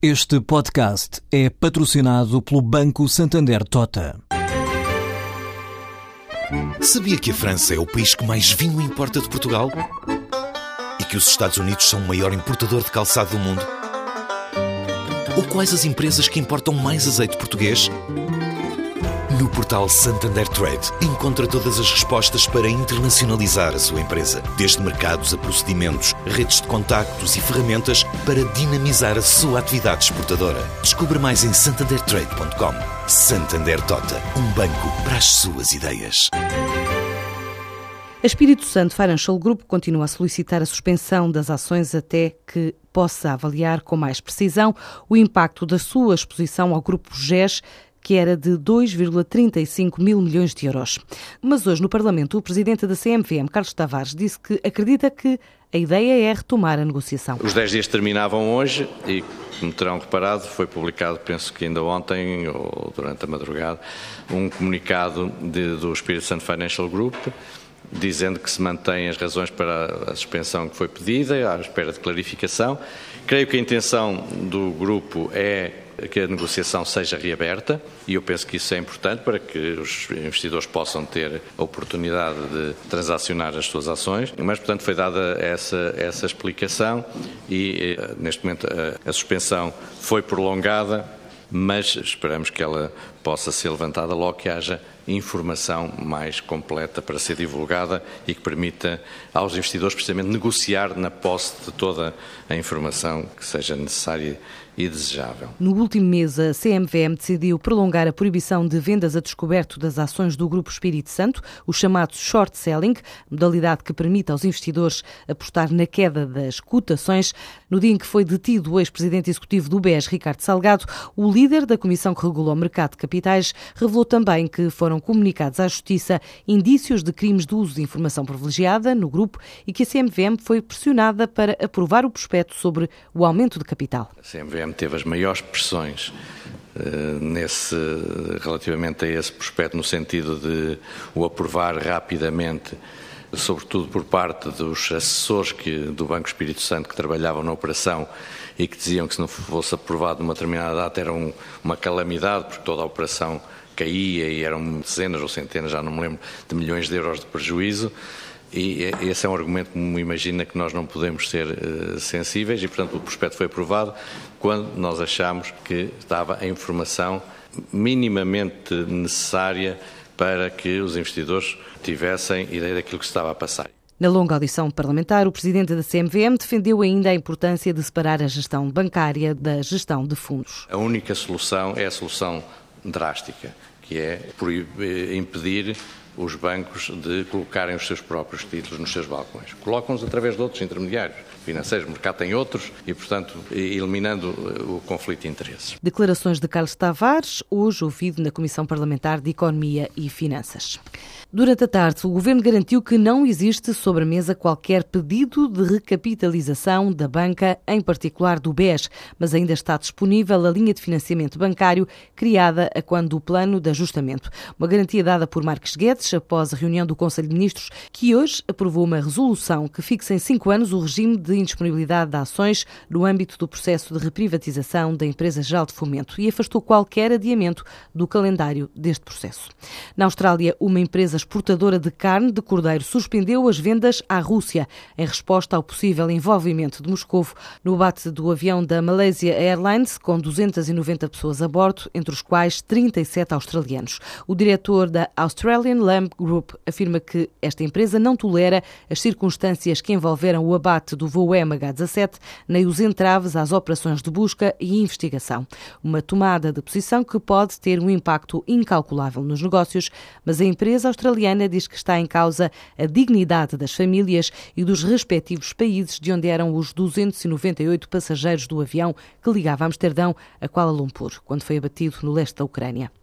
Este podcast é patrocinado pelo Banco Santander Tota. Sabia que a França é o país que mais vinho importa de Portugal? E que os Estados Unidos são o maior importador de calçado do mundo? Ou quais as empresas que importam mais azeite português? No portal Santander Trade, encontra todas as respostas para internacionalizar a sua empresa. Desde mercados a procedimentos, redes de contactos e ferramentas para dinamizar a sua atividade exportadora. Descubra mais em santandertrade.com. Santander Tota, um banco para as suas ideias. A Espírito Santo Financial Group continua a solicitar a suspensão das ações até que possa avaliar com mais precisão o impacto da sua exposição ao Grupo GES, que era de 2,35 mil milhões de euros. Mas hoje no Parlamento o presidente da CMVM, Carlos Tavares, disse que acredita que a ideia é retomar a negociação. Os 10 dias terminavam hoje e, como terão reparado, foi publicado, penso que ainda ontem ou durante a madrugada, um comunicado do Espírito Santo Financial Group, dizendo que se mantém as razões para a suspensão que foi pedida, à espera de clarificação. Creio que a intenção do grupo é que a negociação seja reaberta e eu penso que isso é importante para que os investidores possam ter a oportunidade de transacionar as suas ações, mas, portanto, foi dada essa explicação e, neste momento, a suspensão foi prolongada, mas esperamos que ela possa ser levantada logo que haja informação mais completa para ser divulgada e que permita aos investidores precisamente negociar na posse de toda a informação que seja necessária e desejável. No último mês, a CMVM decidiu prolongar a proibição de vendas a descoberto das ações do Grupo Espírito Santo, o chamado short selling, modalidade que permite aos investidores apostar na queda das cotações. No dia em que foi detido o ex-presidente executivo do BES, Ricardo Salgado, o líder da Comissão que regula o mercado de capitais revelou também que foram comunicados à Justiça indícios de crimes de uso de informação privilegiada no grupo e que a CMVM foi pressionada para aprovar o prospecto sobre o aumento de capital. A CMVM teve as maiores pressões relativamente a esse prospecto, no sentido de o aprovar rapidamente, sobretudo por parte dos assessores do Banco Espírito Santo que trabalhavam na operação e que diziam que se não fosse aprovado numa determinada data era uma calamidade, porque toda a operação caía e eram dezenas ou centenas, já não me lembro, de milhões de euros de prejuízo. E esse é um argumento, como imagina, que nós não podemos ser sensíveis e, portanto, o prospecto foi aprovado quando nós achámos que estava a informação minimamente necessária para que os investidores tivessem ideia daquilo que se estava a passar. Na longa audição parlamentar, o presidente da CMVM defendeu ainda a importância de separar a gestão bancária da gestão de fundos. A única solução é a solução drástica, que é impedir os bancos de colocarem os seus próprios títulos nos seus balcões. Colocam-os através de outros intermediários financeiros, o mercado tem outros e, portanto, eliminando o conflito de interesses. Declarações de Carlos Tavares, hoje ouvido na Comissão Parlamentar de Economia e Finanças. Durante a tarde, o Governo garantiu que não existe sobre a mesa qualquer pedido de recapitalização da banca, em particular do BES, mas ainda está disponível a linha de financiamento bancário criada a quando do plano de ajustamento. Uma garantia dada por Marques Guedes após a reunião do Conselho de Ministros, que hoje aprovou uma resolução que fixa em 5 anos o regime de indisponibilidade de ações no âmbito do processo de reprivatização da Empresa Geral de Fomento e afastou qualquer adiamento do calendário deste processo. Na Austrália, uma empresa exportadora de carne de cordeiro suspendeu as vendas à Rússia em resposta ao possível envolvimento de Moscovo no abate do avião da Malaysia Airlines com 290 pessoas a bordo, entre os quais 37 australianos. O diretor da Australian Lamb Group afirma que esta empresa não tolera as circunstâncias que envolveram o abate do voo MH17, nem os entraves às operações de busca e investigação. Uma tomada de posição que pode ter um impacto incalculável nos negócios, mas a empresa australiana diz que está em causa a dignidade das famílias e dos respectivos países de onde eram os 298 passageiros do avião que ligava Amsterdão a Kuala Lumpur, quando foi abatido no leste da Ucrânia.